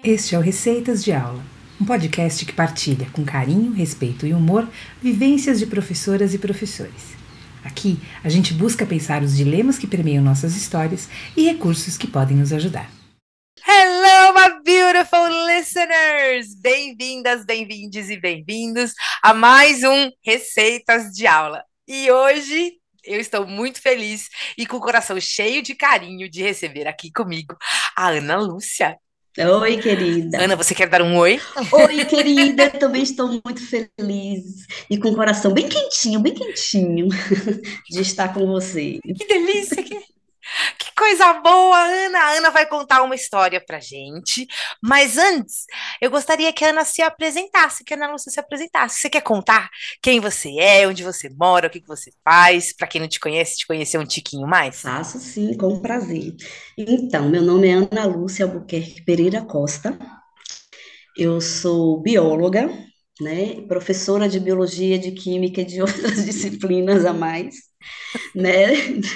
Este é o Receitas de Aula, um podcast que partilha, com carinho, respeito e humor, vivências de professoras e professores. Aqui, a gente busca pensar os dilemas que permeiam nossas histórias e recursos que podem nos ajudar. Hello, my beautiful listeners! Bem-vindas, bem-vindes e bem-vindos a mais um Receitas de Aula. E hoje eu estou muito feliz e com o coração cheio de carinho de receber aqui comigo a Ana Lúcia. Oi, querida. Ana, você quer dar um oi? Oi, querida. Também estou muito feliz e com o coração bem quentinho de estar com você. Que delícia! Que coisa boa, Ana! A Ana vai contar uma história pra gente, mas antes, eu gostaria que a Ana se apresentasse, que a Ana Lúcia se apresentasse. Você quer contar quem você é, onde você mora, o que que você faz? Para quem não te conhece, te conhecer um tiquinho mais? Faço sim, com prazer. Então, meu nome é Ana Lúcia Albuquerque Pereira Costa. Eu sou bióloga, né? Professora de biologia, de química e de outras disciplinas a mais, né?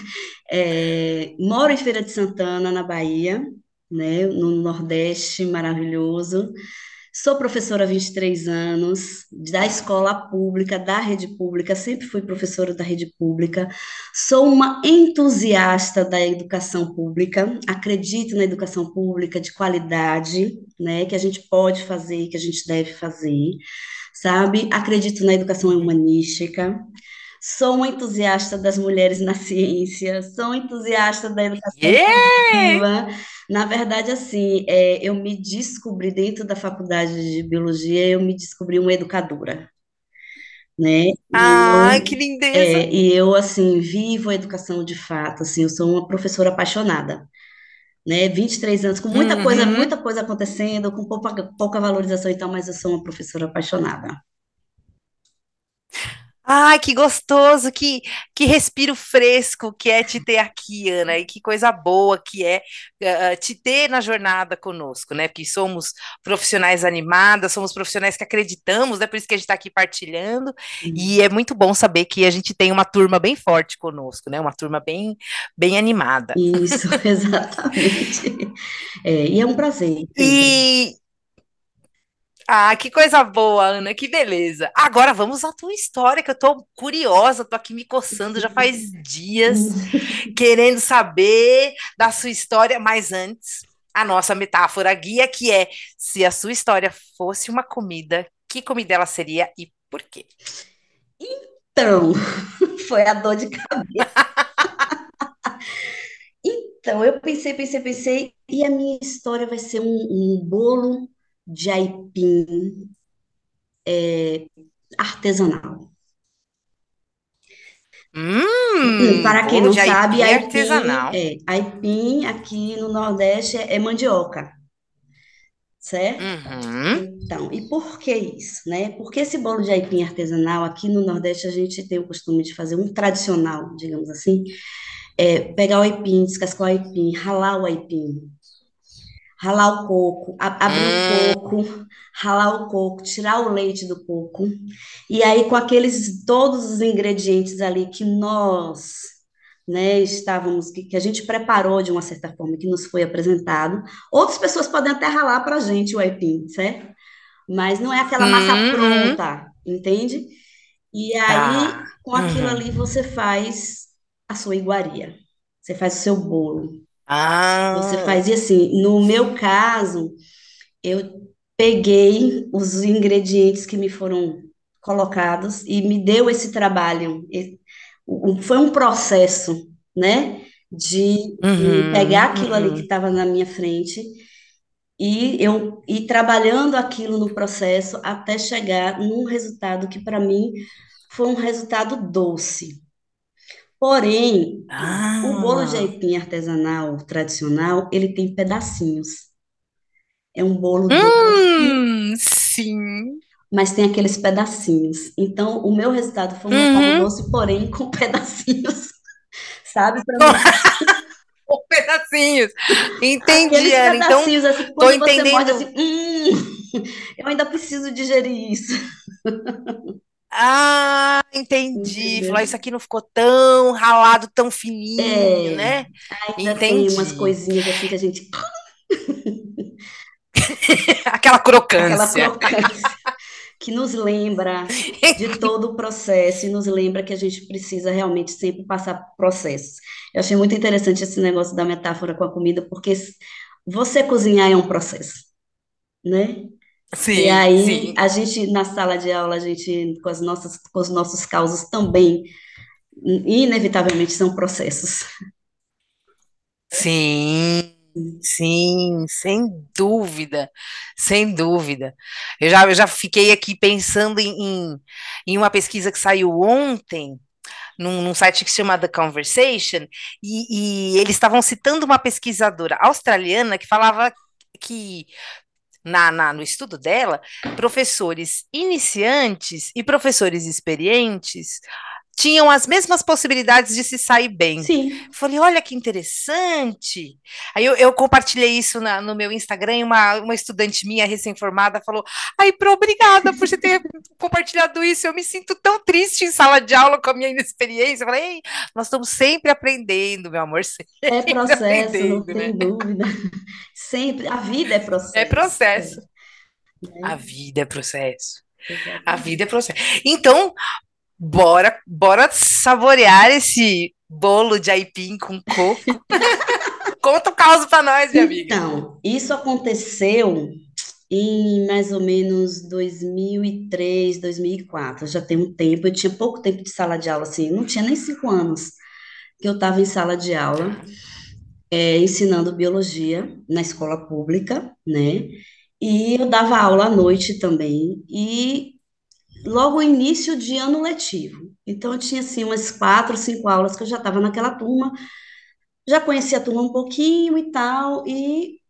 Moro em Feira de Santana, na Bahia, né? No Nordeste maravilhoso. Sou professora há 23 anos, da escola pública, da rede pública, sempre fui professora da rede pública. Sou uma entusiasta da educação pública, acredito na educação pública de qualidade, né, que a gente pode fazer, que a gente deve fazer, sabe? Acredito na educação Uhum. humanística. Sou uma entusiasta das mulheres na ciência, sou uma entusiasta da educação Yeah! inclusiva. Na verdade, assim, eu me descobri dentro da faculdade de biologia, eu me descobri uma educadora, né? Ai, que lindeza! E eu, assim, vivo a educação de fato, assim, eu sou uma professora apaixonada, né? 23 anos, com Uhum. muita coisa acontecendo, com pouca valorização e tal, mas eu sou uma professora apaixonada. Ai, que gostoso, que respiro fresco que é te ter aqui, Ana, e que coisa boa que é te ter na jornada conosco, né? Porque somos profissionais animadas, somos profissionais que acreditamos, né? Por isso que a gente está aqui partilhando, e é muito bom saber que a gente tem uma turma bem forte conosco, né? Uma turma bem, bem animada. Isso, exatamente. E é um prazer sempre. E que coisa boa, Ana, que beleza. Agora vamos à tua história, que eu tô curiosa, tô aqui me coçando já faz dias, querendo saber da sua história, mas antes, a nossa metáfora guia, que é: se a sua história fosse uma comida, que comida ela seria e por quê? Então, foi a dor de cabeça. Então, eu pensei, e a minha história vai ser um bolo de aipim artesanal. Para quem Bolo não de sabe, aipim artesanal. aipim aqui no Nordeste é mandioca, certo? Uhum. Então, e por que isso, né? Porque esse bolo de aipim artesanal, aqui no Nordeste, a gente tem o costume de fazer um tradicional, digamos assim, pegar o aipim, descascar o aipim, ralar o aipim, ralar o coco, abrir o Hum. coco, ralar o coco, tirar o leite do coco, e aí com aqueles todos os ingredientes ali que nós, né, que a gente preparou de uma certa forma, que nos foi apresentado. Outras pessoas podem até ralar para a gente o aipim, certo? Mas não é aquela massa Uhum. pronta, entende? E Tá. aí, com aquilo Uhum. ali, você faz a sua iguaria. Você faz o seu bolo. Você Ah. faz, e assim, no meu caso, eu peguei os ingredientes que me foram colocados e me deu esse trabalho. Foi um processo, né, de pegar Uhum. aquilo ali que Uhum. estava na minha frente e eu ir trabalhando aquilo no processo até chegar num resultado que para mim foi um resultado doce. Porém, o bolo de Ah. aipim artesanal tradicional, ele tem pedacinhos. É um bolo doce, Sim. mas tem aqueles pedacinhos. Então, o meu resultado foi um resultado Uhum. doce, porém com pedacinhos, sabe? Para mim, Com pedacinhos. Entendi, aqueles Ana. Então, pedacinhos, assim, tô quando você morde assim, entendendo. eu ainda preciso digerir isso, Entendi. Falou, entendeu? isso aqui não ficou tão ralado, tão fininho, É, né? ainda tem umas Entendi. coisinhas assim que a gente. Aquela aquela crocância. crocância, que nos lembra de todo o processo e nos lembra que a gente precisa realmente sempre passar por processos. Eu achei muito interessante esse negócio da metáfora com a comida, porque você cozinhar é um processo, né? E Sim, aí, sim, a gente, na sala de aula, a gente, com os nossos causos também, inevitavelmente, são processos. sim, sim, sem dúvida, sem dúvida. Eu já fiquei aqui pensando em uma pesquisa que saiu ontem, num site que se chama The Conversation, e eles estavam citando uma pesquisadora australiana que falava que no estudo dela, professores iniciantes e professores experientes tinham as mesmas possibilidades de se sair bem. Sim, Falei, olha que interessante. Aí eu compartilhei isso no meu Instagram e uma estudante minha recém-formada falou: Ai, Pro, obrigada por você ter compartilhado isso. Eu me sinto tão triste em sala de aula com a minha inexperiência. Eu falei, Ei, nós estamos sempre aprendendo, meu amor, é sempre processo, não aprendendo, né? tem dúvida. Sempre, a vida é É processo. É, processo. A né? vida é processo. A vida é Exatamente. processo. Então, bora saborear esse bolo de aipim com coco. Conta o caos pra nós, minha amiga. Então, isso aconteceu em mais ou menos 2003, 2004. Já tem um tempo, eu tinha pouco tempo de sala de aula, assim, não tinha nem 5 anos que eu estava em sala de aula, Tá. ensinando biologia na escola pública, né? E eu dava aula à noite também, e logo início de ano letivo. Então, eu tinha, assim, umas 4, 5 aulas que eu já estava naquela turma, já conhecia a turma um pouquinho e tal, e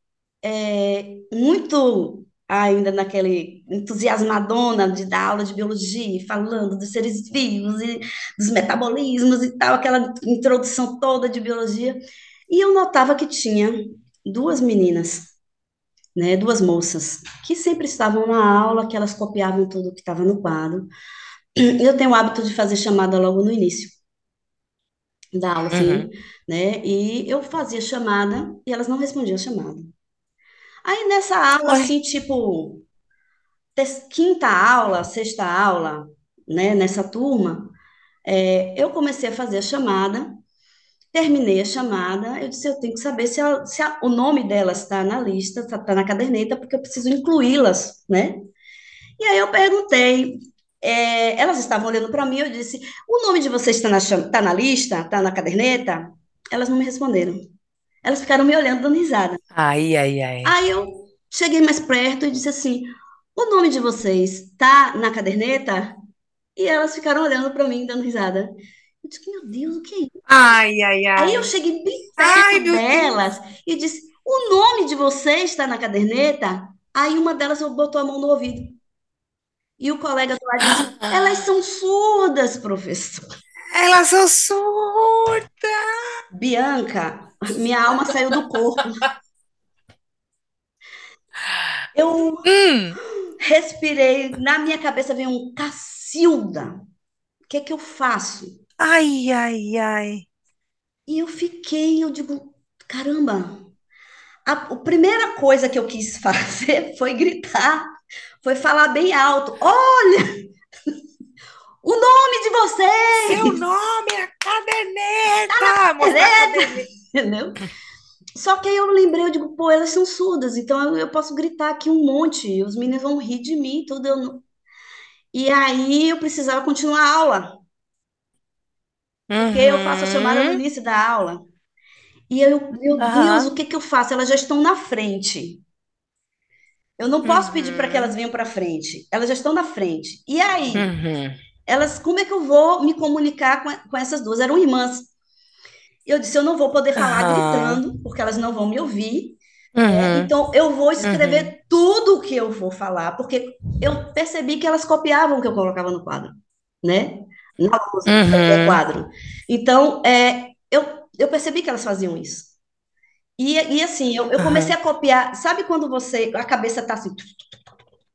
muito ainda naquele entusiasmadona de dar aula de biologia, e falando dos seres vivos e dos metabolismos e tal, aquela introdução toda de biologia. E eu notava que tinha duas meninas, né, duas moças, que sempre estavam na aula, que elas copiavam tudo que estava no quadro. Eu tenho o hábito de fazer chamada logo no início da aula, assim, Uhum. né? E eu fazia chamada e elas não respondiam a chamada. Aí nessa aula, Ué. assim, tipo, quinta aula, sexta aula, né, nessa turma, eu comecei a fazer a chamada, terminei a chamada, eu disse, eu tenho que saber o nome delas está na lista, está na caderneta, porque eu preciso incluí-las, né? E aí eu perguntei, elas estavam olhando para mim, eu disse, o nome de vocês tá na lista, está na caderneta? Elas não me responderam. Elas ficaram me olhando, dando risada. Ai, ai, ai. Aí eu cheguei mais perto e disse assim, o nome de vocês está na caderneta? E elas ficaram olhando para mim, dando risada. Eu disse, meu Deus, o que é isso? Ai, ai, Aí eu ai. cheguei bem Ai, perto meu Deus. delas e disse, o nome de vocês está na caderneta? Aí uma delas botou a mão no ouvido. E o colega do lado disse, elas são surdas, professor. Elas são surdas. Bianca, minha alma saiu do corpo. Eu Hum. respirei, na minha cabeça veio um Cacilda. O que é que eu faço? Ai, ai, ai. E eu digo, caramba, a primeira coisa que eu quis fazer foi gritar, foi falar bem alto: olha, o nome de Seu vocês! nome é caderneta. Mostrar a caderneta. Entendeu? Só que aí eu lembrei, eu digo, pô, elas são surdas, então eu posso gritar aqui um monte, e os meninos vão rir de mim, tudo. E aí eu precisava continuar a aula, porque eu faço a chamada no Uhum. início da aula. E eu, meu Deus, o Aham. que que eu faço? Elas já estão na frente. Eu não posso pedir para que elas Uhum. venham para frente. Elas já estão na frente. E aí? Uhum. Como é que eu vou me comunicar com essas duas? Eram irmãs. Eu disse, eu não vou poder falar Aham. gritando, porque elas não vão me ouvir. Uhum. Então, eu vou Uhum. escrever tudo o que eu vou falar, porque eu percebi que elas copiavam o que eu colocava no quadro, né? Na lousa, no Uhum. quadro. Então, eu percebi que elas faziam isso. E assim, eu comecei Aham. a copiar. Sabe quando a cabeça tá assim,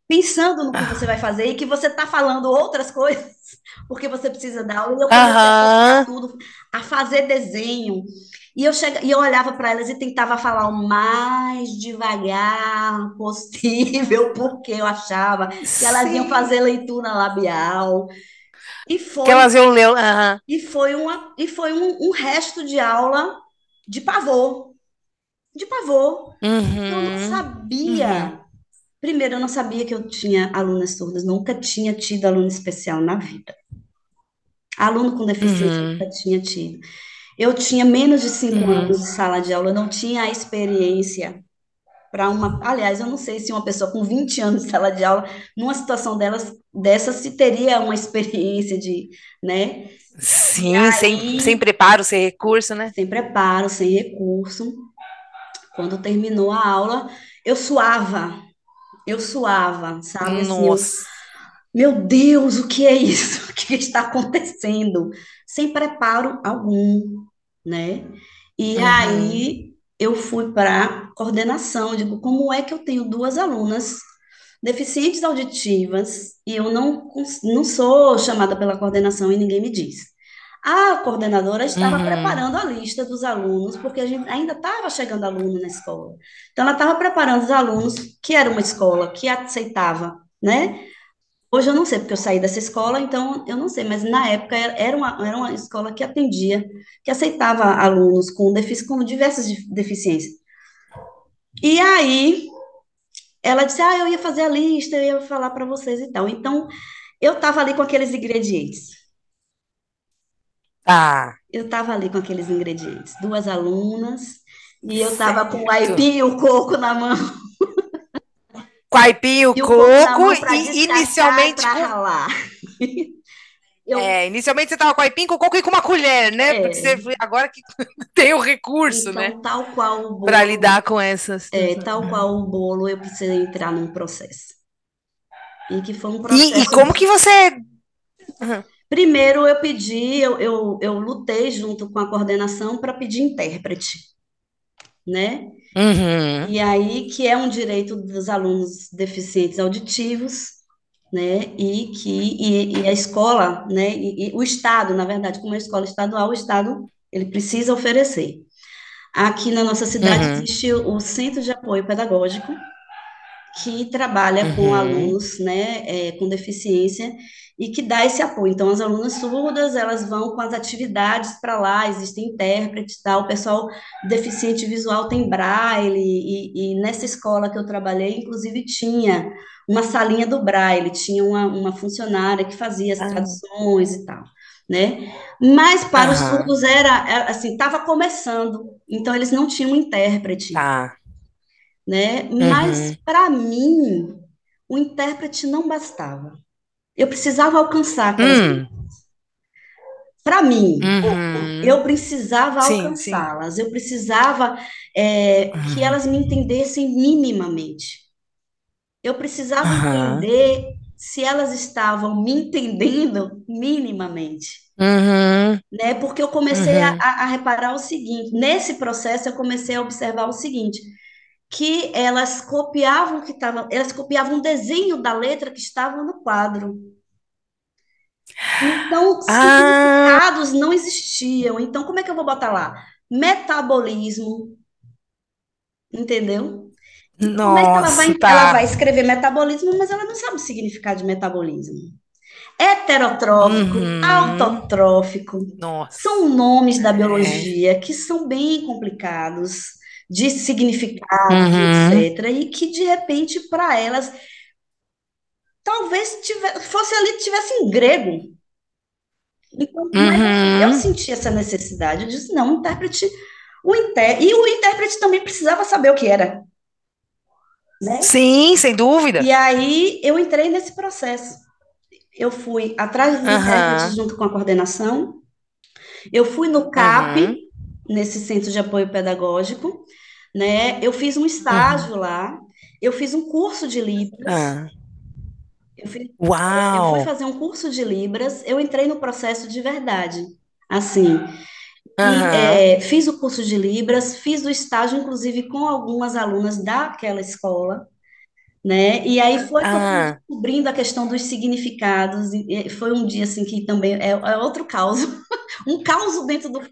pensando no que você vai fazer e que você está falando outras coisas, porque você precisa dar aula. E eu comecei a focar Aham. tudo, a fazer desenho. E eu olhava para elas e tentava falar o mais devagar possível, porque eu achava que elas iam Sim. fazer leitura labial. E Que foi, elas iam ler. Aham. um resto de aula de pavor, de pavor. Eu não Uhum. Uhum. sabia. Primeiro, eu não sabia que eu tinha alunas surdas, nunca tinha tido aluno especial na vida. Aluno com deficiência, eu Uhum. nunca tinha tido. Eu tinha menos de 5 anos Uhum. de sala de aula, eu não tinha a experiência para uma. Aliás, eu não sei se uma pessoa com 20 anos de sala de aula, numa situação dessa, se teria uma experiência de, né? E Sim, sem aí, preparo, sem recurso, né? sem preparo, sem recurso, quando terminou a aula, eu suava, eu suava, sabe? Assim, Nossa. meu Deus, o que é isso? O que está acontecendo? Sem preparo algum, né? E Uhum. aí eu fui para coordenação. Eu digo, como é que eu tenho duas alunas deficientes auditivas e eu não sou chamada pela coordenação e ninguém me diz? A coordenadora estava Uhum. preparando a lista dos alunos, porque a gente ainda estava chegando aluno na escola. Então, ela estava preparando os alunos, que era uma escola que aceitava, né? Hoje eu não sei, porque eu saí dessa escola, então eu não sei, mas na época era uma escola que atendia, que aceitava alunos com diversas deficiências. E aí ela disse: Ah, eu ia fazer a lista, eu ia falar para vocês e tal. Então eu estava ali com aqueles ingredientes. Tá. Eu estava ali com aqueles ingredientes. Duas alunas, e eu estava com o Certo. aipim e o coco na mão, Com aipim, o e o coco na coco mão para e descascar e inicialmente para com. ralar. Eu, Inicialmente você tava com aipim, com coco e com uma colher, né? Porque você é, agora que tem o recurso, né? então, tal qual o Para bolo. lidar com essa situação. Tal qual o bolo, eu precisei entrar num processo. E que foi um E processo. como que você. Uhum. Primeiro, eu lutei junto com a coordenação para pedir intérprete, né? Uhum. E aí, que é um direito dos alunos deficientes auditivos, né? E a escola, né? E o Estado, na verdade, como é escola estadual, o Estado ele precisa oferecer. Aqui na nossa cidade Uhum. existe o Centro de Apoio Pedagógico, que trabalha com Uhum. alunos, né, com deficiência e que dá esse apoio. Então, as alunas surdas, elas vão com as atividades para lá, existem intérpretes, tá? O pessoal deficiente visual tem braille, e nessa escola que eu trabalhei, inclusive, tinha uma salinha do braille, tinha uma funcionária que fazia as Ah, traduções e tal, né? Mas para os aham. surdos era assim, estava começando, então eles não tinham um intérprete, Tá. né? Mas Uhum. para mim, o intérprete não bastava. Eu precisava alcançar aquelas. Hum. Para mim, Uhum. eu precisava Sim, sim. alcançá-las. Eu precisava que Uhum. elas me entendessem minimamente. Eu precisava Aham. entender se elas estavam me entendendo minimamente. Uhum. Né? Porque eu comecei a, Uhum. a a reparar o seguinte, nesse processo eu comecei a observar o seguinte, que elas copiavam o desenho da letra que estava no quadro. Então, Ah, significados não existiam. Então, como é que eu vou botar lá? Metabolismo, entendeu? E como é que nossa, ela vai tá. escrever metabolismo, mas ela não sabe o significado de metabolismo? Heterotrófico, Uhum. autotrófico, Nossa. são nomes da É. biologia que são bem complicados de significados, Uhum. etc. E que, de repente, para elas, talvez fosse ali, tivesse em grego. Então, mas assim, eu Uhum. senti essa necessidade. Eu disse, não, e o intérprete também precisava saber o que era, né? Sim, sem dúvida. E aí eu entrei nesse processo. Eu fui atrás dos intérpretes Aham. junto com a coordenação. Eu fui no CAP, Uhum. nesse Centro de Apoio Pedagógico, né? Eu fiz um Uhum. estágio lá. Eu fiz um curso de Libras. Ah. Eu fui Uau. fazer um curso de Libras. Eu entrei no processo de verdade. Assim, e Aham. fiz o curso de Libras, fiz o estágio, inclusive, com algumas alunas daquela escola, né? E aí foi que eu fui Ah. descobrindo a questão dos significados, e foi um dia, assim, que também é outro caos, um caos dentro do...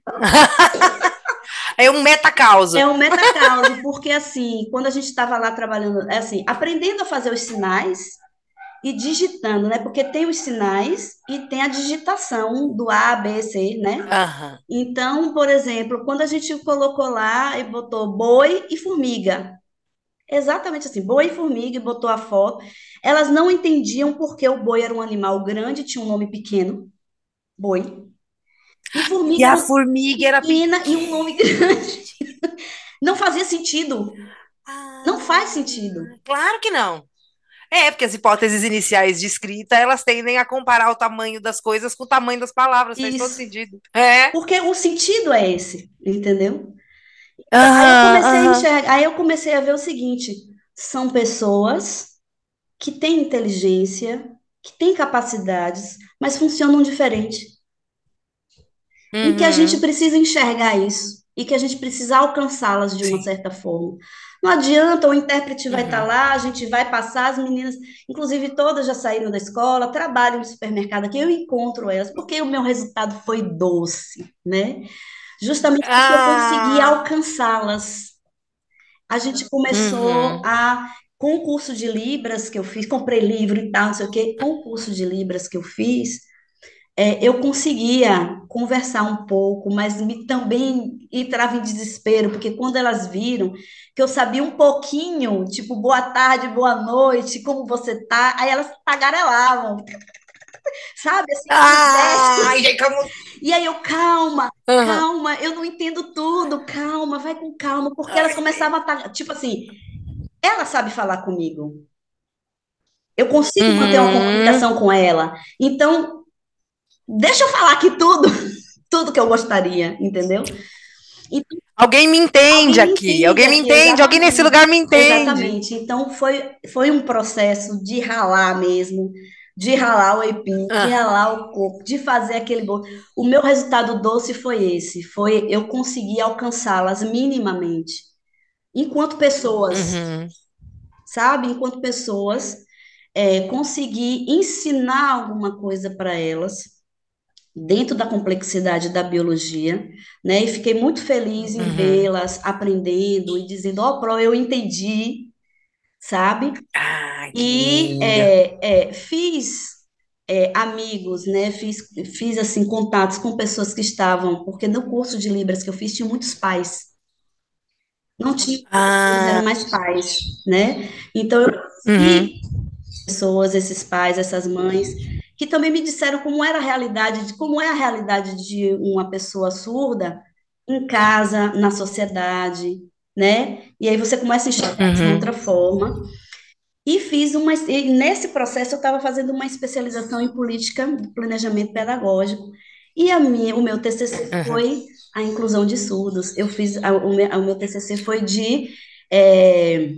É um É metacauso. um metacauso, porque, assim, quando a gente estava lá trabalhando, é assim, aprendendo a fazer os sinais, e digitando, né? Porque tem os sinais e tem a digitação do A, B, C, né? Aham. Então, por exemplo, quando a gente colocou lá e botou boi e formiga, exatamente assim, boi e formiga, e botou a foto, elas não entendiam porque o boi era um animal grande, tinha um nome pequeno, boi, e E formiga a era uma formiga era pequena e um pequena. nome grande. Não fazia sentido. Não faz Ah, sentido. claro que não. É, porque as hipóteses iniciais de escrita, elas tendem a comparar o tamanho das coisas com o tamanho das palavras, faz todo Isso. sentido. É. Porque o sentido é esse, entendeu? Aí eu Aham, comecei a aham. enxergar, aí eu comecei a ver o seguinte: são pessoas que têm inteligência, que têm capacidades, mas funcionam diferente. E que a gente Uhum. precisa enxergar isso, e que a gente precisa alcançá-las de uma Sim. certa forma. Não adianta, o intérprete vai estar Uhum. lá, a gente vai passar, as meninas, inclusive todas já saíram da escola, trabalham no supermercado aqui, eu encontro elas, porque o meu resultado foi doce, né? Justamente porque eu consegui Ah. alcançá-las. A gente começou Uhum. a, com o curso de Libras que eu fiz, comprei livro e tal, não sei o quê, com o curso de Libras que eu fiz, eu conseguia conversar um pouco, mas também entrava em desespero, porque quando elas viram que eu sabia um pouquinho, tipo, boa tarde, boa noite, como você tá, aí elas tagarelavam, sabe, assim, com Ai, gestos. gente, como... E aí eu, calma, Aham. calma, eu não entendo tudo, calma, vai com calma, porque elas Ai, começavam a, tipo assim, ela sabe falar comigo. Eu consigo manter uma uhum. comunicação com ela. Então, deixa eu falar aqui tudo, tudo que eu gostaria, entendeu? Então, Alguém me alguém entende me aqui, entende alguém me aqui, entende, alguém nesse exatamente. lugar me entende. Exatamente. Então, foi um processo de ralar mesmo, de ralar o aipim, de Ah, ralar o coco, de fazer aquele bolo. O meu resultado doce foi esse, foi eu conseguir alcançá-las minimamente, enquanto pessoas, uhum, sabe? Enquanto pessoas, conseguir ensinar alguma coisa para elas dentro da complexidade da biologia, né? E fiquei muito feliz em uhum. vê-las aprendendo e dizendo, ó, Pro, eu entendi, sabe? Ai, que E lindo. fiz amigos, né? Fiz assim contatos com pessoas que estavam, porque no curso de Libras que eu fiz tinha muitos pais, não tinha professores, eram Ah, mais pais, né? Então eu uhum, consegui pessoas, esses pais, essas mães, que também me disseram como era a realidade, como é a realidade de uma pessoa surda em casa, na sociedade, né? E aí você começa a enxergar de uma uhum, outra forma. E nesse processo eu estava fazendo uma especialização em política de planejamento pedagógico. E o meu TCC uhum. foi a inclusão de surdos. Eu fiz, o meu TCC foi de é,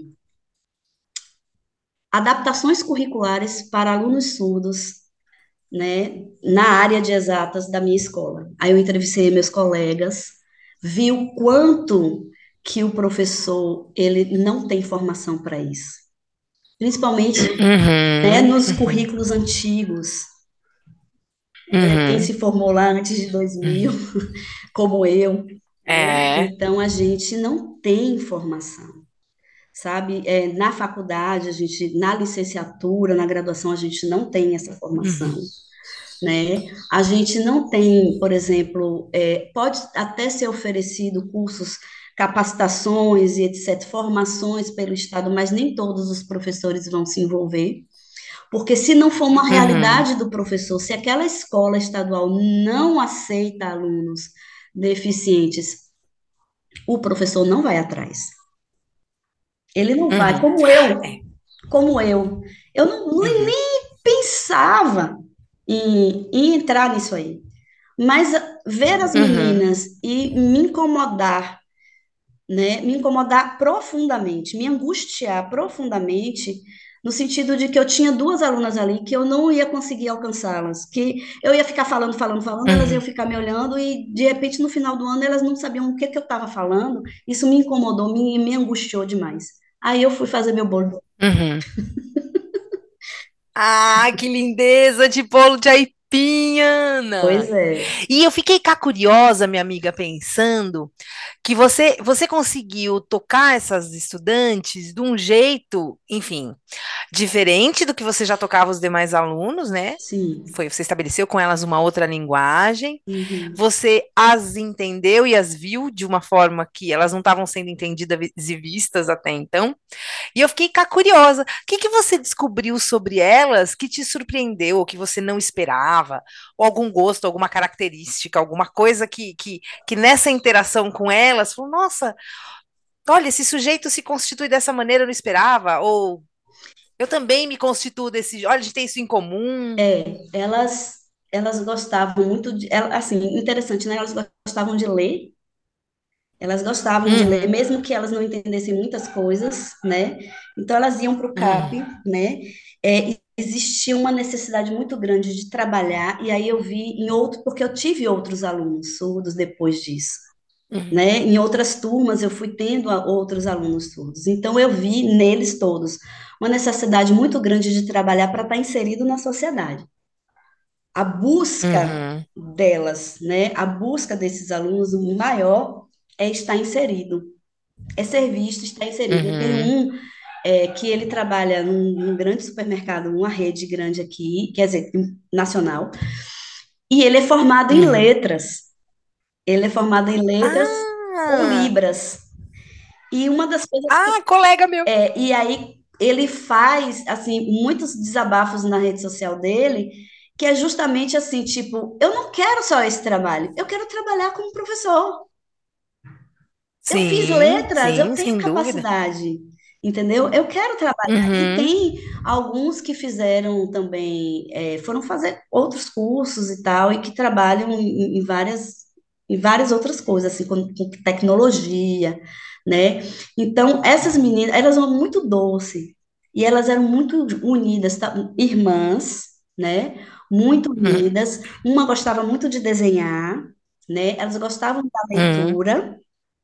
adaptações curriculares para alunos surdos, né, na área de exatas da minha escola. Aí eu entrevistei meus colegas, vi o quanto que o professor ele não tem formação para isso, principalmente, né, Uhum, nos uhum, currículos antigos. Quem uhum, se formou lá antes de 2000, uhum. como eu, né? É. Então a gente não tem formação, sabe? Na faculdade, na licenciatura, na graduação, a gente não tem essa formação, Uhum, né? A gente não tem, por exemplo, pode até ser oferecido cursos, capacitações e etc., formações pelo Estado, mas nem todos os professores vão se envolver, porque se não for uma uhum, realidade do professor, se aquela escola estadual não aceita alunos deficientes, o professor não vai atrás. Ele não vai, uhum. como eu, É. como eu. Eu não Uhum, nem pensava em entrar nisso aí. Mas ver as uhum, meninas e me incomodar, né? Me incomodar profundamente, me angustiar profundamente, no sentido de que eu tinha duas alunas ali que eu não ia conseguir alcançá-las, que eu ia ficar falando, falando, falando, elas iam uhum. ficar me olhando e de repente no final do ano elas não sabiam o que que eu estava falando. Isso me incomodou, me angustiou demais. Aí eu fui fazer meu bolo. Uhum. Ah, que lindeza de bolo de aipim, Pois Ana! é, E eu fiquei cá curiosa, minha amiga, pensando que você conseguiu tocar essas estudantes de um jeito, enfim, diferente do que você já tocava os demais alunos, né? sim. Você estabeleceu com elas uma outra linguagem, Uhum. você as entendeu e as viu de uma forma que elas não estavam sendo entendidas e vistas até então. E eu fiquei cá curiosa. O que que você descobriu sobre elas que te surpreendeu, ou que você não esperava? Ou algum gosto, alguma característica, alguma coisa que nessa interação com elas, falou, nossa, olha, esse sujeito se constitui dessa maneira, eu não esperava. Ou eu também me constituo desse, olha, a gente tem isso em comum. Elas gostavam muito assim, interessante, né? Elas gostavam de ler. Elas gostavam de ler, Uhum, mesmo que elas não entendessem muitas coisas, né? Então elas iam para o CAP, uhum, né? E existia uma necessidade muito grande de trabalhar, e aí eu vi em outro, porque eu tive outros alunos surdos depois disso, uhum, né? Em outras turmas eu fui tendo outros alunos surdos. Então eu vi neles todos uma necessidade muito grande de trabalhar para estar inserido na sociedade. A busca uhum, delas, né? A busca desses alunos maior é estar inserido, é ser visto, estar inserido. Eu tenho uhum, um que ele trabalha num grande supermercado, uma rede grande aqui, quer dizer, nacional, e ele é formado em uhum. letras. Ele é formado em letras com Ah, Libras. E uma das coisas ah, colega meu. e aí ele faz assim muitos desabafos na rede social dele, que é justamente assim, tipo, eu não quero só esse trabalho, eu quero trabalhar como professor. Eu fiz Sim, letras, eu sim, tenho sem dúvida. capacidade, entendeu? Eu quero trabalhar. E Uhum, tem alguns que fizeram também, foram fazer outros cursos e tal, e que trabalham em várias outras coisas, assim, com tecnologia, né? Então, essas meninas, elas eram muito doces, e elas eram muito unidas, tá? Irmãs, né? Muito uhum, unidas. Uma gostava muito de desenhar, né? Elas gostavam da uhum, leitura,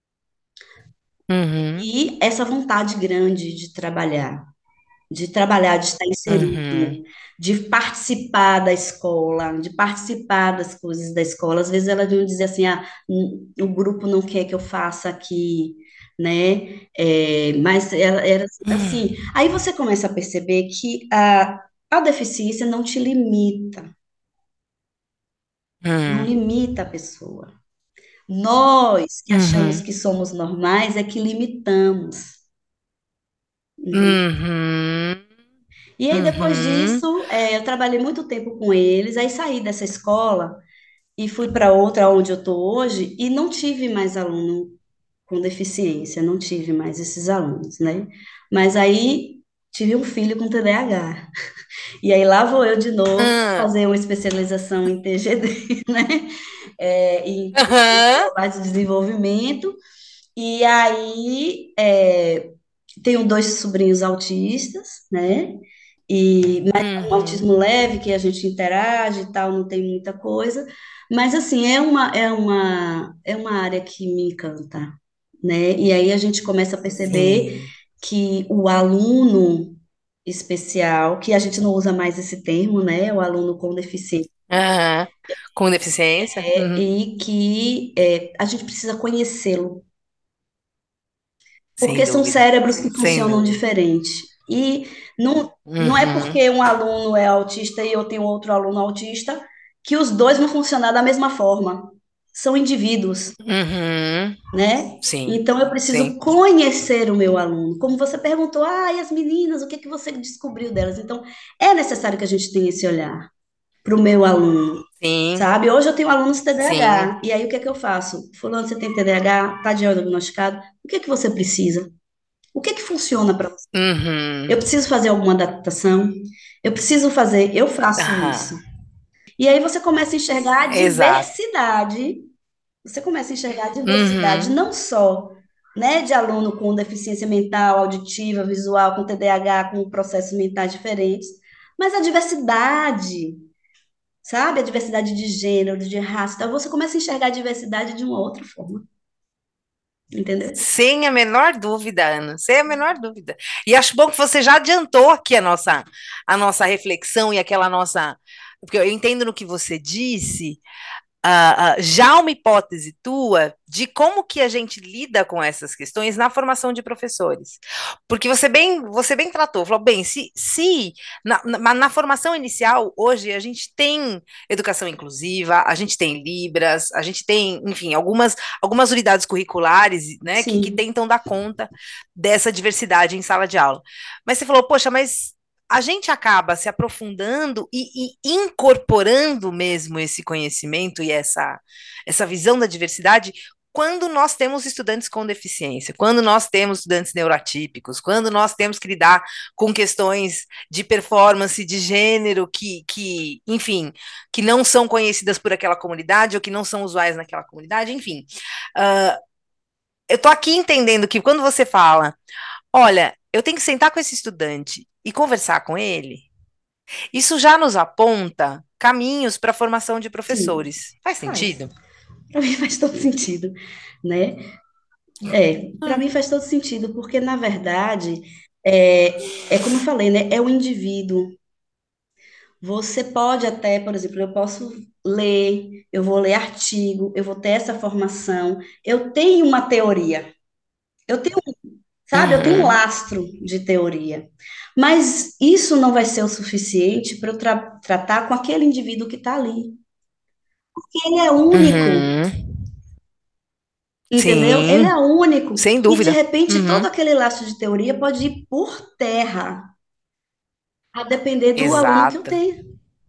uhum, e essa vontade grande de trabalhar, de estar uhum, inserido, de participar da escola, de participar das coisas da escola. Às vezes elas vinham dizer assim, o grupo não quer que eu faça aqui, né? Mas era uhum, assim. Aí você começa a perceber que a deficiência não te limita, não uhum, limita a pessoa. Nós que achamos uhum, que somos normais é que limitamos. uhum, E aí, depois uhum, disso, eu trabalhei muito tempo com eles, aí saí dessa escola e fui para outra onde eu estou hoje e não tive mais aluno com deficiência, não tive mais esses alunos, né? Mas aí tive um filho com TDAH. E aí lá vou eu de novo uhum, fazer uma especialização em TGD, né? Em transtornos aham, globais de desenvolvimento. E aí tenho dois sobrinhos autistas, né? Mas é um uhum, autismo leve que a gente interage e tal, não tem muita coisa. Mas assim, é uma área que me encanta, né? E aí a gente começa a perceber sim, que o aluno especial, que a gente não usa mais esse termo, né? O aluno com deficiência, aham, com deficiência, uhum, e que a gente precisa conhecê-lo, sem porque são dúvida, cérebros que sem funcionam dúvida, diferente. E não é uhum, porque um aluno é autista e eu tenho outro aluno autista que os dois vão funcionar da mesma forma. São indivíduos, uhum, né? sim, Então eu preciso sim, conhecer o meu aluno. Como você perguntou, e as meninas, o que que você descobriu delas? Então é necessário que a gente tenha esse olhar para o meu aluno. sim, Sabe? Hoje eu tenho alunos sim, TDAH, e aí o que é que eu faço? Fulano, você tem TDAH? Está diagnosticado? O que é que você precisa? O que é que funciona para você? Eu uhum, preciso fazer alguma adaptação? Eu faço aham, isso. E aí você começa a enxergar a exato, diversidade, você começa a enxergar a diversidade uhum, não só, né, de aluno com deficiência mental, auditiva, visual, com TDAH, com processos mentais diferentes, mas a diversidade, sabe? A diversidade de gênero, de raça. Então você começa a enxergar a diversidade de uma outra forma. entendeu? Sem a menor dúvida, Ana, sem a menor dúvida. E acho bom que você já adiantou aqui a nossa reflexão e aquela nossa. Porque eu entendo no que você disse, já uma hipótese tua de como que a gente lida com essas questões na formação de professores. Porque você bem tratou, falou, bem, se na formação inicial, hoje, a gente tem educação inclusiva, a gente tem Libras, a gente tem, enfim, algumas unidades curriculares, né, que Sim, tentam dar conta dessa diversidade em sala de aula. Mas você falou, poxa, mas a gente acaba se aprofundando e incorporando mesmo esse conhecimento e essa visão da diversidade quando nós temos estudantes com deficiência, quando nós temos estudantes neuroatípicos, quando nós temos que lidar com questões de performance, de gênero, enfim, que não são conhecidas por aquela comunidade ou que não são usuais naquela comunidade, enfim. Uh, eu estou aqui entendendo que quando você fala, olha, eu tenho que sentar com esse estudante e conversar com ele, isso já nos aponta caminhos para a formação de sim, professores. Faz faz. sentido? Para mim faz todo sentido, né? Para mim faz todo sentido, porque na verdade é como eu falei, né? É o indivíduo. Você pode até, por exemplo, eu posso ler, eu vou ler artigo, eu vou ter essa formação, eu tenho uma teoria, eu tenho, sabe, eu tenho um Uhum, lastro de teoria, mas isso não vai ser o suficiente para eu tratar com aquele indivíduo que está ali, porque ele é único, uhum, entendeu? Ele é sim, único, sem e de dúvida. repente todo Uhum, aquele lastro de teoria pode ir por terra, a depender do aluno que eu exato. tenho.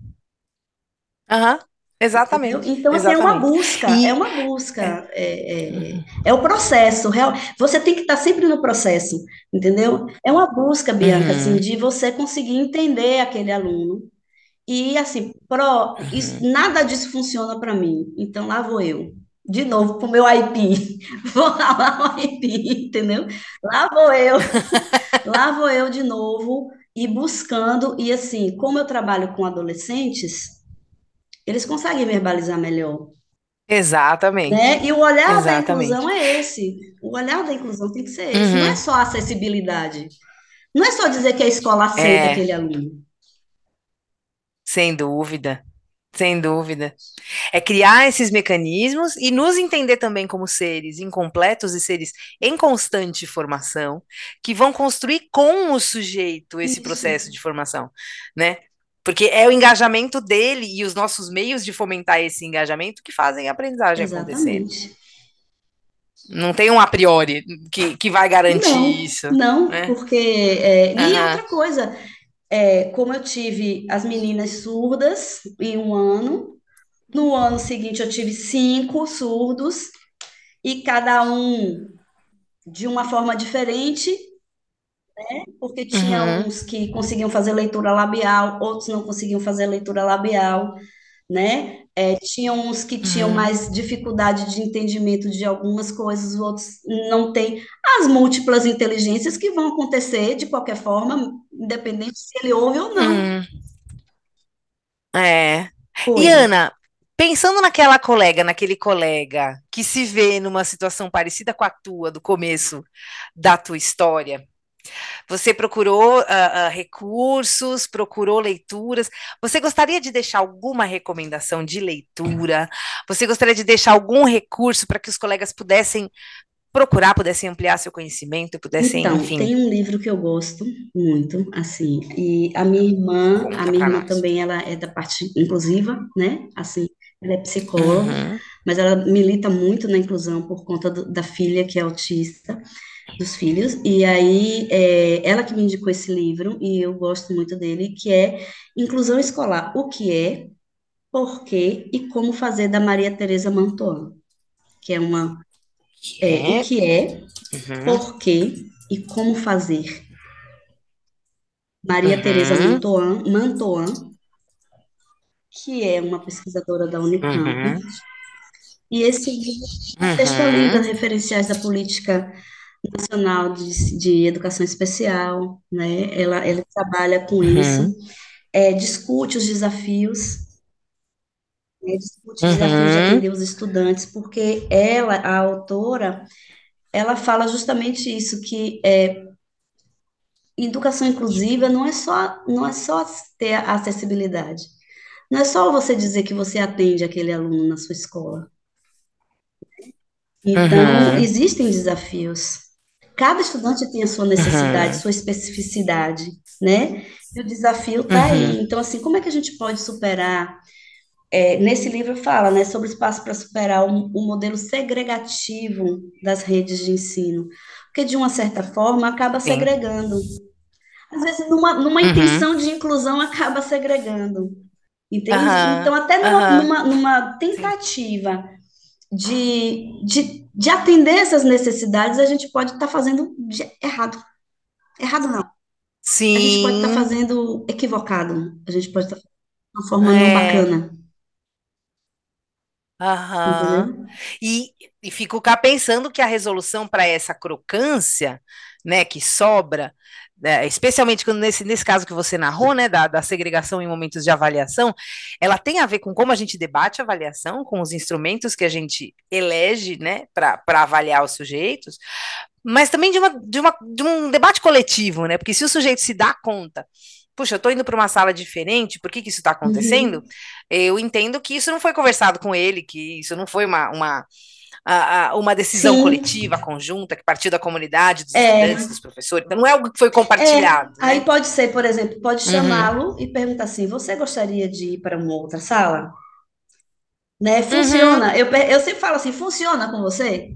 Aham, Entendeu? exatamente, Então, assim, exatamente. é E uma busca, é o processo, você tem que estar sempre no processo, entendeu? É uma busca, Bianca, assim, uhum, de você conseguir entender aquele aluno, e, assim, uhum. nada disso funciona para mim, então lá vou eu, de novo, com o meu IP, vou lá o IP, entendeu? Lá vou eu, lá vou eu de novo, e buscando, e assim, como eu trabalho com adolescentes, eles conseguem verbalizar melhor, Exatamente, né? E o olhar da inclusão exatamente. é esse. O olhar da inclusão tem que ser esse. Não é Uhum, só acessibilidade. Não é só dizer que a escola aceita é, aquele aluno. sem dúvida, sem dúvida. É criar esses mecanismos e nos entender também como seres incompletos e seres em constante formação, que vão construir com o sujeito esse Isso, processo de formação, né? Porque é o engajamento dele e os nossos meios de fomentar esse engajamento que fazem a aprendizagem acontecer. exatamente. Não tem um a priori que vai garantir Não, isso, não, né? porque. E Aham, outra coisa, como eu tive as meninas surdas em um ano, no ano seguinte eu tive 5 surdos, e cada um de uma forma diferente, porque tinha uhum, uns que conseguiam fazer leitura labial, outros não conseguiam fazer leitura labial, né? Tinha uns que tinham uhum, mais dificuldade de entendimento de algumas coisas, os outros não têm. As múltiplas inteligências que vão acontecer de qualquer forma, independente se ele ouve ou não. uhum. É. E Oi. Ana, pensando naquela colega, naquele colega que se vê numa situação parecida com a tua, do começo da tua história, você procurou recursos, procurou leituras. Você gostaria de deixar alguma recomendação de leitura? Você gostaria de deixar algum recurso para que os colegas pudessem procurar, pudessem ampliar seu conhecimento, pudessem, Então, enfim, tem um livro que eu gosto muito, assim, e a conta minha para irmã nós. também, ela é da parte inclusiva, né? Assim, ela é psicóloga, Uhum, mas ela milita muito na inclusão por conta da filha que é autista, dos filhos, e aí ela que me indicou esse livro, e eu gosto muito dele, que é Inclusão Escolar, o que é, por quê e como fazer, da Maria Tereza Mantoan, que é o é, que é, uhum, por quê e como fazer. Maria Tereza uhum, Mantoan, que é uma pesquisadora da Unicamp, uhum, e esse livro contextualiza uhum, referenciais da política nacional de educação especial, né? Ela trabalha com isso, uhum, discute os desafios, discute desafios de uhum, atender os estudantes, porque ela, a autora, ela fala justamente isso, que educação inclusiva não é só ter a acessibilidade. Não é só você dizer que você atende aquele aluno na sua escola. Então, Uhum, existem desafios. Cada estudante tem a sua necessidade, uhum, sua especificidade, né? E o desafio está aí. uhum. Então, assim, como é que a gente pode superar? Nesse livro fala, né, sobre o espaço para superar o modelo segregativo das redes de ensino, porque de uma certa forma acaba Sim. segregando. Às vezes, numa Uhum. intenção de inclusão, acaba segregando, entende? Aham, Então, até numa, aham. numa, numa Sim. tentativa de atender essas necessidades, a gente pode estar fazendo errado. Errado não. A gente pode estar Sim. fazendo equivocado. A gente pode estar fazendo de uma forma não É. bacana, Aham. entendeu? E, e fico cá pensando que a resolução para essa crocância, né, que sobra, né, especialmente quando nesse caso que você narrou, né, da segregação em momentos de avaliação, ela tem a ver com como a gente debate a avaliação, com os instrumentos que a gente elege, né, para avaliar os sujeitos, mas também de um debate coletivo, né, porque se o sujeito se dá conta, puxa, eu estou indo para uma sala diferente, por que que isso está acontecendo? Uhum. Eu entendo que isso não foi conversado com ele, que isso não foi uma decisão Sim, coletiva, conjunta, que partiu da comunidade, dos estudantes, é, dos professores. Então, não é algo que foi compartilhado, Aí né? pode ser, por exemplo, pode Uhum, chamá-lo e perguntar assim: você gostaria de ir para uma outra sala? Né? uhum, Funciona? Eu sempre falo assim: funciona com você?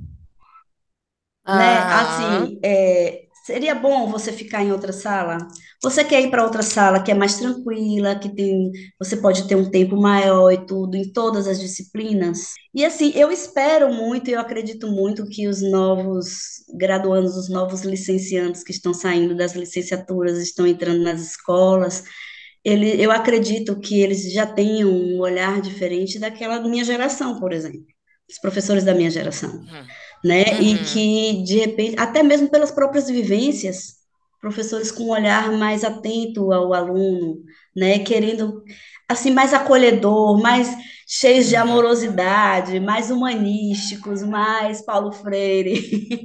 Né? aham, Assim, seria bom você ficar em outra sala? Você quer ir para outra sala que é mais tranquila, você pode ter um tempo maior e tudo, em todas as disciplinas? E assim, eu espero muito e eu acredito muito que os novos graduandos, os novos licenciandos que estão saindo das licenciaturas, estão entrando nas escolas, eu acredito que eles já tenham um olhar diferente daquela minha geração, por exemplo, os professores da minha geração, uhum, né? E uhum. que, de repente, até mesmo pelas próprias vivências, professores com um olhar mais atento ao aluno, né? Querendo, assim, mais acolhedor, mais cheios de Uhum. amorosidade, mais humanísticos, mais Paulo Freire.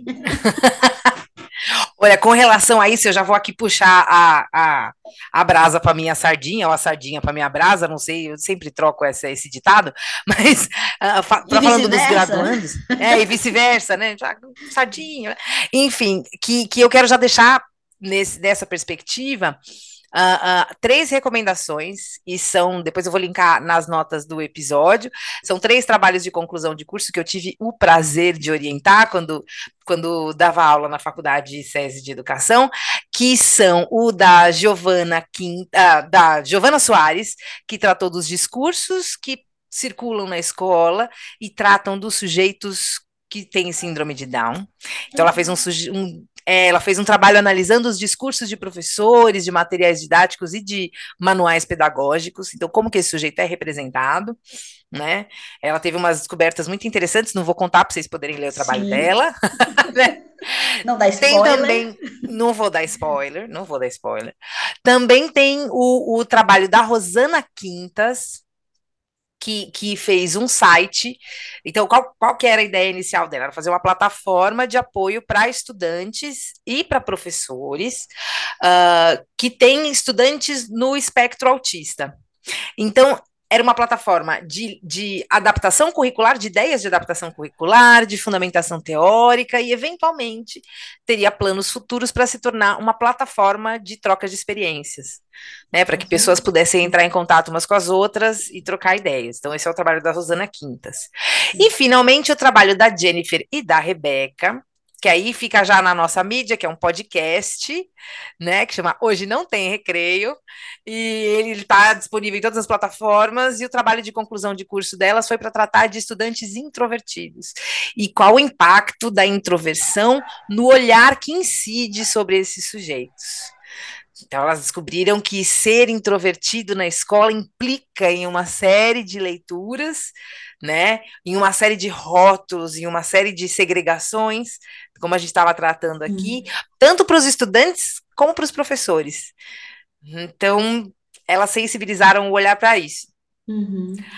Olha, com relação a isso, eu já vou aqui puxar a brasa para minha sardinha, ou a sardinha para minha brasa, não sei, eu sempre troco esse ditado, mas E falando dos vice-versa. graduandos, e vice-versa, né? Sardinha, enfim, que eu quero já deixar dessa perspectiva. Três recomendações, e depois eu vou linkar nas notas do episódio. São três trabalhos de conclusão de curso que eu tive o prazer de orientar quando dava aula na faculdade SESI de Educação, que são o da Giovana Soares, que tratou dos discursos que circulam na escola e tratam dos sujeitos que têm síndrome de Down. Então, ela fez um trabalho analisando os discursos de professores, de materiais didáticos e de manuais pedagógicos. Então, como que esse sujeito é representado, né? Ela teve umas descobertas muito interessantes, não vou contar para vocês poderem ler o trabalho Sim. dela, né? Não dá Tem spoiler. também, não vou dar spoiler, não vou dar spoiler. Também tem o trabalho da Rosana Quintas, que fez um site. Então, qual que era a ideia inicial dela? Era fazer uma plataforma de apoio para estudantes e para professores que têm estudantes no espectro autista. Então, era uma plataforma de adaptação curricular, de ideias de adaptação curricular, de fundamentação teórica e, eventualmente, teria planos futuros para se tornar uma plataforma de troca de experiências, né, para que pessoas pudessem entrar em contato umas com as outras e trocar ideias. Então, esse é o trabalho da Rosana Quintas. E, finalmente, o trabalho da Jennifer e da Rebeca, que aí fica já na nossa mídia, que é um podcast, né, que chama Hoje Não Tem Recreio, e ele está disponível em todas as plataformas, e o trabalho de conclusão de curso delas foi para tratar de estudantes introvertidos, e qual o impacto da introversão no olhar que incide sobre esses sujeitos. Então, elas descobriram que ser introvertido na escola implica em uma série de leituras, né, em uma série de rótulos, em uma série de segregações, como a gente estava tratando aqui, Hum. tanto para os estudantes como para os professores. Então, elas sensibilizaram o olhar para isso. Uhum.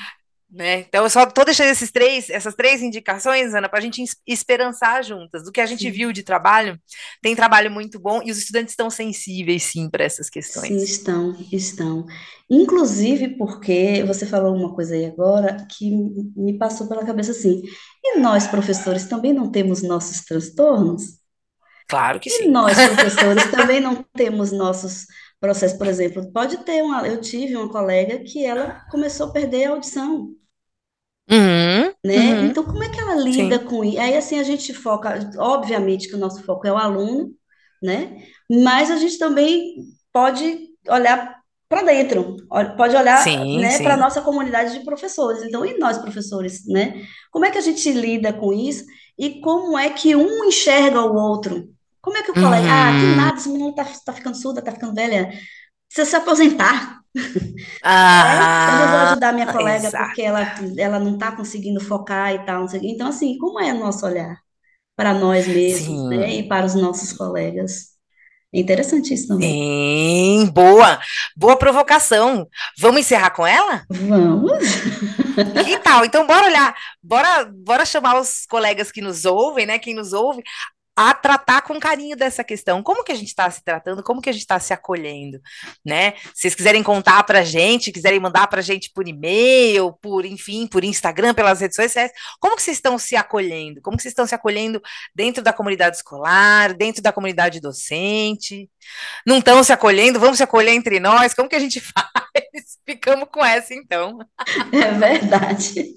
né? Então, eu só estou deixando essas três indicações, Ana, para a gente esperançar juntas. Do que a gente Sim, viu de trabalho, tem trabalho muito bom e os estudantes estão sensíveis, sim, para essas sim, questões. estão. Inclusive porque você falou uma coisa aí agora que me passou pela cabeça assim. E nós, professores, também não temos nossos transtornos? Claro que E sim. nós, professores, também não temos nossos processos. Por exemplo, pode ter eu tive uma colega que ela começou a perder a audição. Uhum, Né? uhum, Então, como é que ela lida sim, com isso? Aí, assim, a gente foca, obviamente que o nosso foco é o aluno, né? Mas a gente também pode olhar para dentro, pode olhar, sim, né, para a sim. nossa comunidade de professores. Então, e nós, professores, né? Como é que a gente lida com isso e como é que um enxerga o outro? Como é que o colega, que Uhum. nada, esse menino tá ficando surda, tá ficando velha, precisa se aposentar. Eu não vou Ah, ajudar minha colega porque exato. ela não está conseguindo focar e tal, não sei o quê. Então, assim, como é o nosso olhar para nós mesmos, né, Sim, e para os nossos colegas? É interessante isso também. sim, boa, boa provocação. Vamos encerrar com ela? Vamos. Que tal? Então, bora olhar, bora chamar os colegas que nos ouvem, né? Quem nos ouve, a tratar com carinho dessa questão. Como que a gente está se tratando? Como que a gente está se acolhendo, né? Se vocês quiserem contar para a gente, quiserem mandar para a gente por e-mail, enfim, por Instagram, pelas redes sociais, como que vocês estão se acolhendo? Como que vocês estão se acolhendo dentro da comunidade escolar, dentro da comunidade docente? Não estão se acolhendo? Vamos se acolher entre nós? Como que a gente faz? Ficamos com essa, então. É verdade.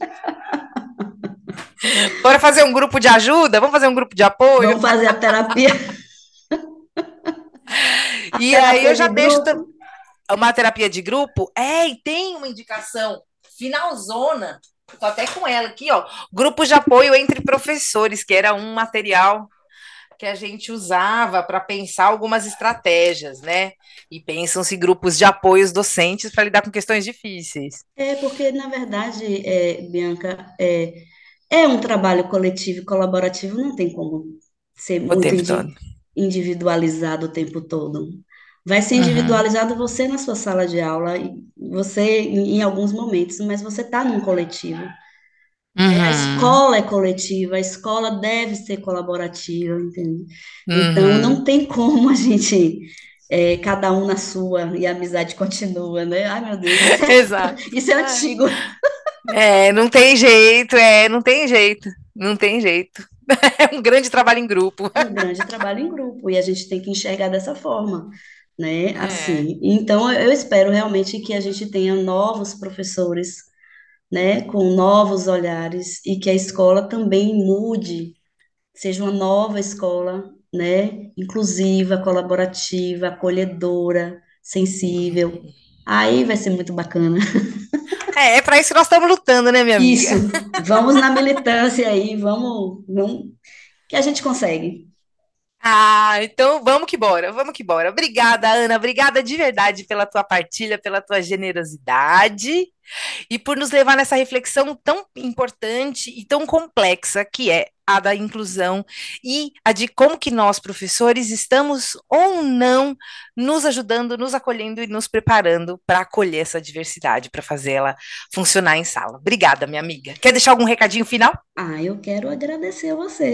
Bora fazer um grupo de ajuda? Vamos fazer um grupo de apoio? Vamos fazer a E aí terapia eu de já deixo grupo. uma terapia de grupo. E tem uma indicação finalzona. Tô até com ela aqui, ó. Grupo de apoio entre professores, que era um material que a gente usava para pensar algumas estratégias, né? E pensam-se grupos de apoios docentes para lidar com questões difíceis. É porque, na verdade, Bianca, é um trabalho coletivo e colaborativo, não tem como ser O muito tempo todo. individualizado o tempo todo. Vai ser Uhum. individualizado você na sua sala de aula, e você em alguns momentos, mas você está num coletivo. A Uhum. escola é coletiva, a escola deve ser colaborativa, entende? Então, Uhum. não tem como a gente, cada um na sua, e a amizade continua, né? Ai, meu Deus, Exato. isso é Ah, antigo. não tem jeito, não tem jeito, não tem jeito. É um grande trabalho em grupo. É um grande trabalho em grupo e a gente tem que enxergar dessa forma, né? É. Assim, então eu espero realmente que a gente tenha novos professores, né, com novos olhares e que a escola também mude, seja uma nova escola, né, inclusiva, colaborativa, acolhedora, sensível. Aí vai ser muito bacana. É para isso que nós estamos lutando, né, minha amiga? Isso. Vamos na militância aí, vamos que a gente consegue. Então vamos que bora. Obrigada, Ana, obrigada de verdade pela tua partilha, pela tua generosidade e por nos levar nessa reflexão tão importante e tão complexa que é a da inclusão e a de como que nós, professores, estamos ou não nos ajudando, nos acolhendo e nos preparando para acolher essa diversidade, para fazer ela funcionar em sala. Obrigada, minha amiga. Quer deixar algum recadinho final? Eu quero agradecer a você.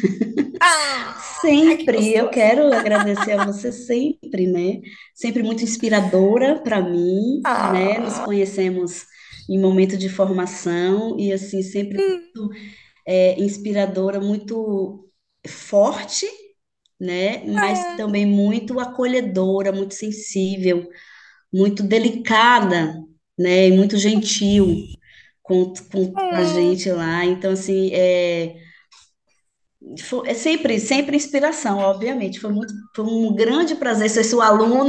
Que Sempre, eu gostoso. quero agradecer a você sempre, né? Sempre muito inspiradora para mim, né? Nos Ah, conhecemos em momento de formação e assim sempre muito inspiradora, muito forte, né? Mas também muito acolhedora, muito sensível, muito delicada, né? E muito gentil com a gente lá. Então assim, é sempre inspiração, obviamente. Foi um grande prazer ser sua aluna,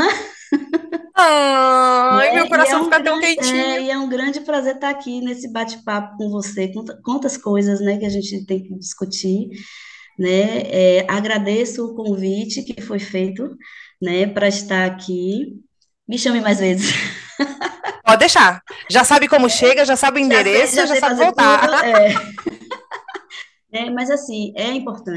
Ai, meu né? coração fica tão quentinho. E é um grande prazer estar aqui nesse bate-papo com você. Quantas coisas, né, que a gente tem que discutir, né? Agradeço o convite que foi feito, né, para estar aqui. Me chame mais vezes. Pode deixar. Já sabe como chega, já sabe o Já endereço, já sei sabe fazer tudo. voltar. Mas assim, é importante.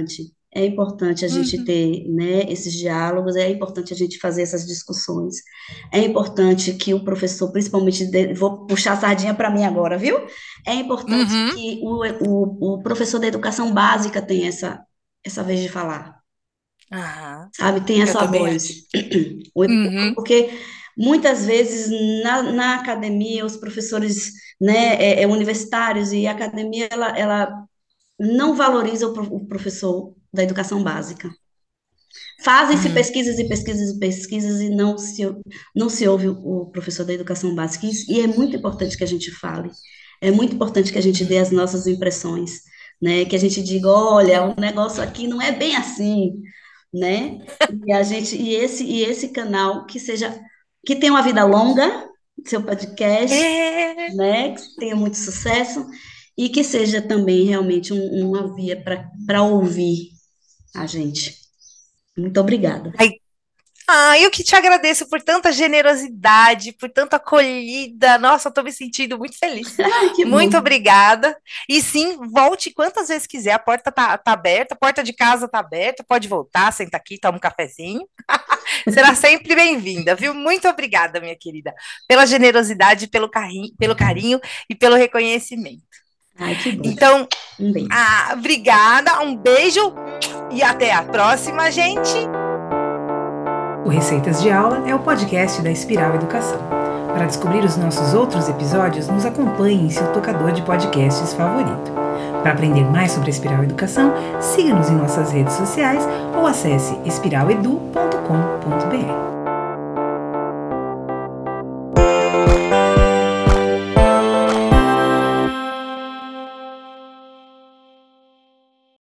é importante a gente Uhum. ter, né, esses diálogos, é importante a gente fazer essas discussões, é importante que o professor, principalmente, vou puxar a sardinha para mim agora, viu? É importante Uhum. que o professor da educação básica tenha essa vez de falar, Aham. sabe? Tem Eu essa também voz. acredito. Uhum. Porque muitas vezes na academia, os professores, né, universitários e a academia, ela não valoriza o professor da educação básica. Fazem-se Uhum. pesquisas e pesquisas e pesquisas e não se ouve o professor da educação básica. E é muito importante que a gente fale, é muito importante que a gente dê as Uhum. nossas impressões, né? Que a gente diga, olha, o negócio aqui não é bem assim, né? E esse canal que tenha uma vida longa, seu podcast, É. né? Que tenha muito sucesso e que seja também realmente uma via para ouvir a gente. Muito obrigada. Ai, eu que te agradeço por tanta generosidade, por tanta acolhida. Nossa, eu tô me sentindo muito feliz. Ai, que Muito bom. obrigada. E sim, volte quantas vezes quiser. A porta tá aberta, a porta de casa tá aberta. Pode voltar, senta aqui, toma um cafezinho. Será sempre bem-vinda, viu? Muito obrigada, minha querida, pela generosidade, pelo carinho e pelo reconhecimento. Ai, que bom. Então, Um beijo. obrigada, um beijo e até a próxima, gente. O Receitas de Aula é o podcast da Espiral Educação. Para descobrir os nossos outros episódios, nos acompanhe em seu tocador de podcasts favorito. Para aprender mais sobre a Espiral Educação, siga-nos em nossas redes sociais ou acesse espiraledu.com.br.